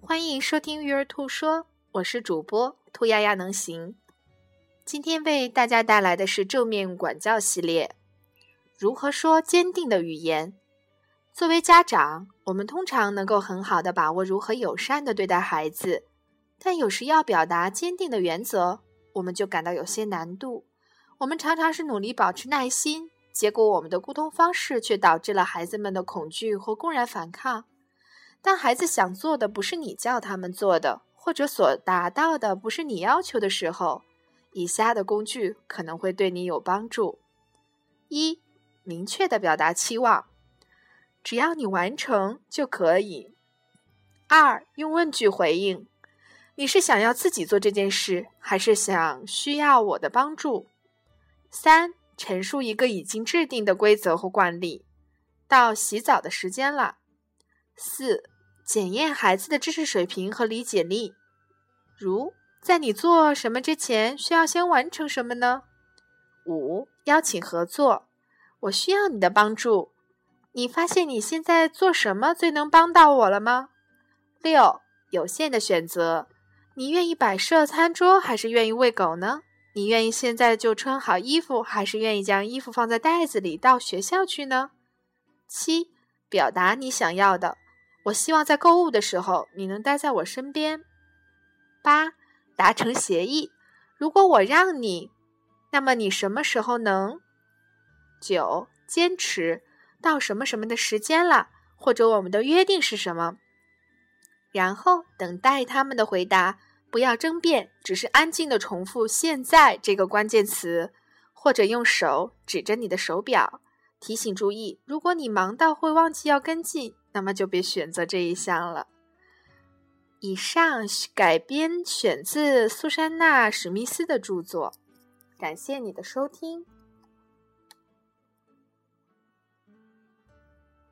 欢迎收听育儿兔说，我是主播兔丫丫能行。今天为大家带来的是正面管教系列，如何说坚定的语言。作为家长，我们通常能够很好的把握如何友善的对待孩子，但有时要表达坚定的原则，我们就感到有些难度。我们常常是努力保持耐心，结果我们的沟通方式却导致了孩子们的恐惧或公然反抗。当孩子想做的不是你叫他们做的，或者所达到的不是你要求的时候，以下的工具可能会对你有帮助。1. 明确地表达期望，只要你完成就可以。2. 用问句回应，你是想要自己做这件事，还是需要我的帮助？ 3. 陈述一个已经制定的规则或惯例，到洗澡的时间了。4. 检验孩子的知识水平和理解力，如在你做什么之前需要先完成什么呢？ 5. 邀请合作，我需要你的帮助，你发现你现在做什么最能帮到我了吗？ 6. 有限的选择，你愿意摆设餐桌还是愿意喂狗呢？你愿意现在就穿好衣服，还是愿意将衣服放在袋子里到学校去呢？ 7. 表达你想要的，我希望在购物的时候你能待在我身边。8. 达成协议，如果我让你，那么你什么时候能？ 9. 坚持，到什么什么的时间了，或者我们的约定是什么？然后等待他们的回答，不要争辩，只是安静地重复现在这个关键词，或者用手指着你的手表，提醒注意，如果你忙到会忘记要跟进，那么就别选择这一项了。以上改编选自苏珊娜·史密斯的著作，感谢你的收听。